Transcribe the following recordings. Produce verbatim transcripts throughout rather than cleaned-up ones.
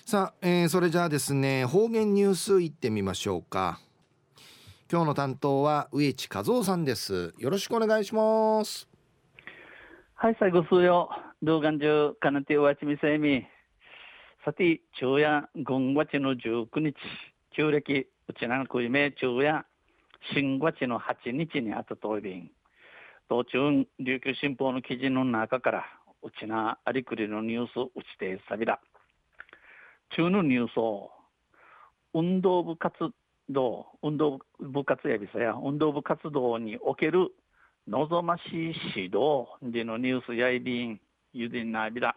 さあ、えーそれじゃあですね、方言ニュースいってみましょうか。今日の担当は植地和夫さんです。よろしくお願いします。 はい、最後数曜、動画中、かなてわちみせみ。さて、昼夜、軍月のじゅうくにち、旧暦、うちなのくいめ、昼夜、新月のはちにちにあたといびん。道中、琉球新報の記事の中から、うちなありくりのニュース、うちてさびら。中のニュースを、運動部活動、運動部活やびさや、運動部活動における望ましい指導でのニュースやいびん、ゆでなびら。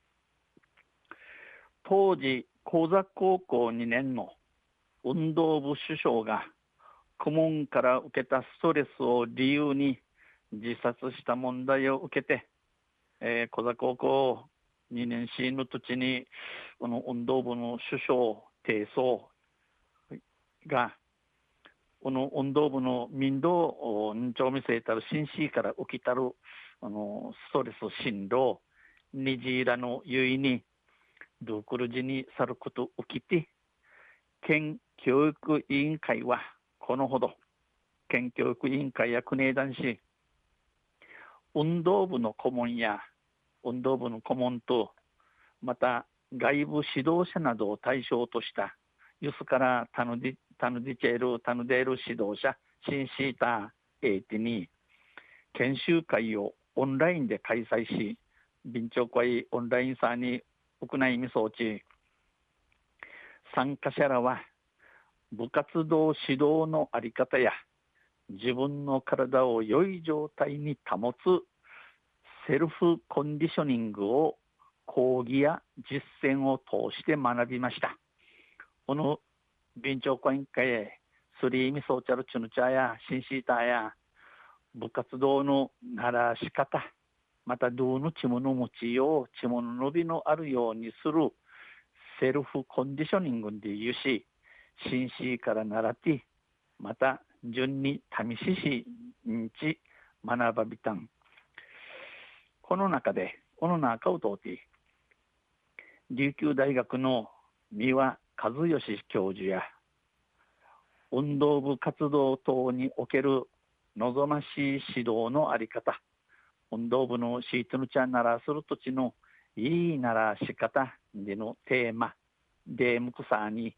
当時、高座高校にねんの運動部首相が顧問から受けたストレスを理由に自殺した問題を受けて、えー、高座高校にねんしの土地にこの運動部の首相提訴がこの運動部の民道を認めせたる紳士から起きたるあのストレス振動にじいらのゆいにドゥクルジにさること起きて、県教育委員会はこのほど県教育委員会や国枝市運動部の顧問や運動部の顧問とまた外部指導者などを対象としたユスからタヌディタヌディチェルタヌデール指導者シンシーターエイティに研修会をオンラインで開催し、備長会オンラインサーに国内みそうち参加者らは部活動指導のあり方や自分の体を良い状態に保つセルフコンディショニングを講義や実践を通して学びました。この備長会委員会へスリーミソーチャルチュヌチャやシンシーターや部活動のならし方、またどのチムの持ちよう、チムの伸びのあるようにするセルフコンディショニングでいうし、紳士から習って、また順に試ししんち学ばびたん。この中で、この中を通って、琉球大学の三輪和義教授や、運動部活動等における望ましい指導のあり方、運動部のシートヌチャならする土地のいいならし方でのテーマ、デームクサーに、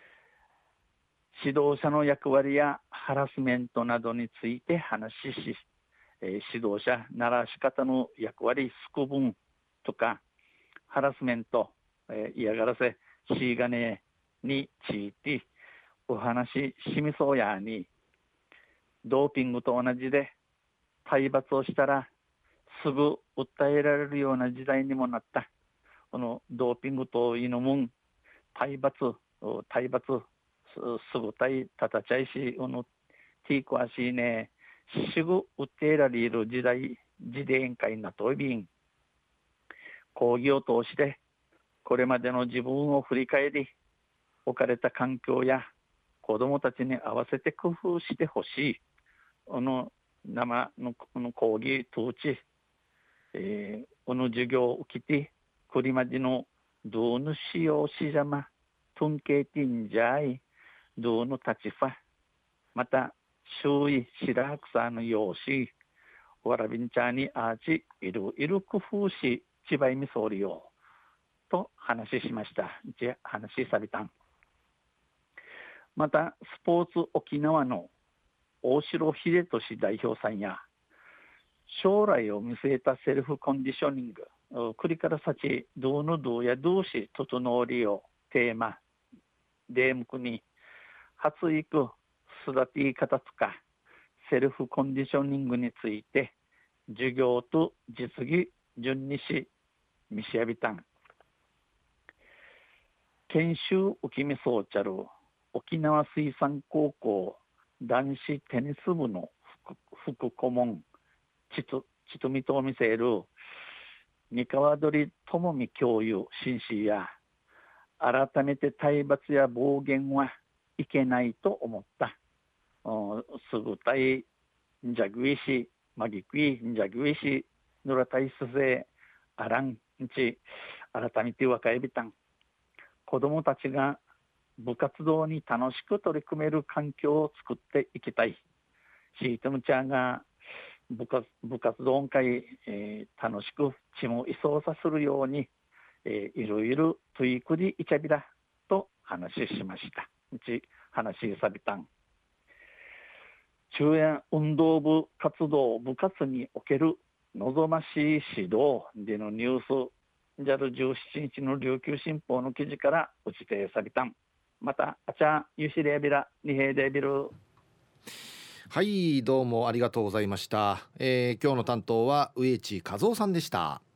指導者の役割やハラスメントなどについて話しし、えー指導者ならし方の役割、スクブンとか、ハラスメント、えー嫌がらせ、しがねについてお話ししみそうやに、ドーピングと同じで体罰をしたらすぐ訴えられるような時代にもなった。このドーピングというのも体罰、体罰、すすぐ体たたちゃいし、このティークはしね、すぐ訴えられる時代、時代会なといびん、講義を通してこれまでの自分を振り返り、置かれた環境や子どもたちに合わせて工夫してほしい。この生のこの講義通知、えー、この授業を受けて、これまでのどうのしようしじゃま、とんけいてんじゃい、どうの立ちファ、また、周囲白草の用紙、わらびんちゃんにあーち、いろいろ工夫し、ちばいみそうりよ、と話しました。じゃ、話さびたん。また、スポーツ沖縄の大城秀俊代表さんや、将来を見据えたセルフコンディショニング、繰りからさち、どうのどうやどうし、整りをテーマ、デームクに、発育、育て方とか、セルフコンディショニングについて、授業と実技順にし、見しやびたん。研修受けみそうちゃる、沖縄水産高校男子テニス部の副副顧問、ちと、ちとみとを見せる、三河鳥智美教諭紳士や、改めて体罰や暴言はいけないと思った。すぐたいんじゃぐいし、まぎくいんじゃぐいし、ぬらたいすせ、あらんんち、改めてわかえびたん。 子どもたちが部活動に楽しく取り組める環境を作っていきたい。シートムチャーが部活、部活動会、えー、楽しくチもいそうさするように、えー、いろいろトゥイクリイチャビラと話しました。うち話しさびたん。中遠運動部活動部活における望ましい指導でのニュース、ジャルじゅうしちにちの琉球新報の記事から打ちてさびたん。またあちゃゆしれびらにへいでびる。 はい、どうもありがとうございました。えー、今日の担当は植地和夫さんでした。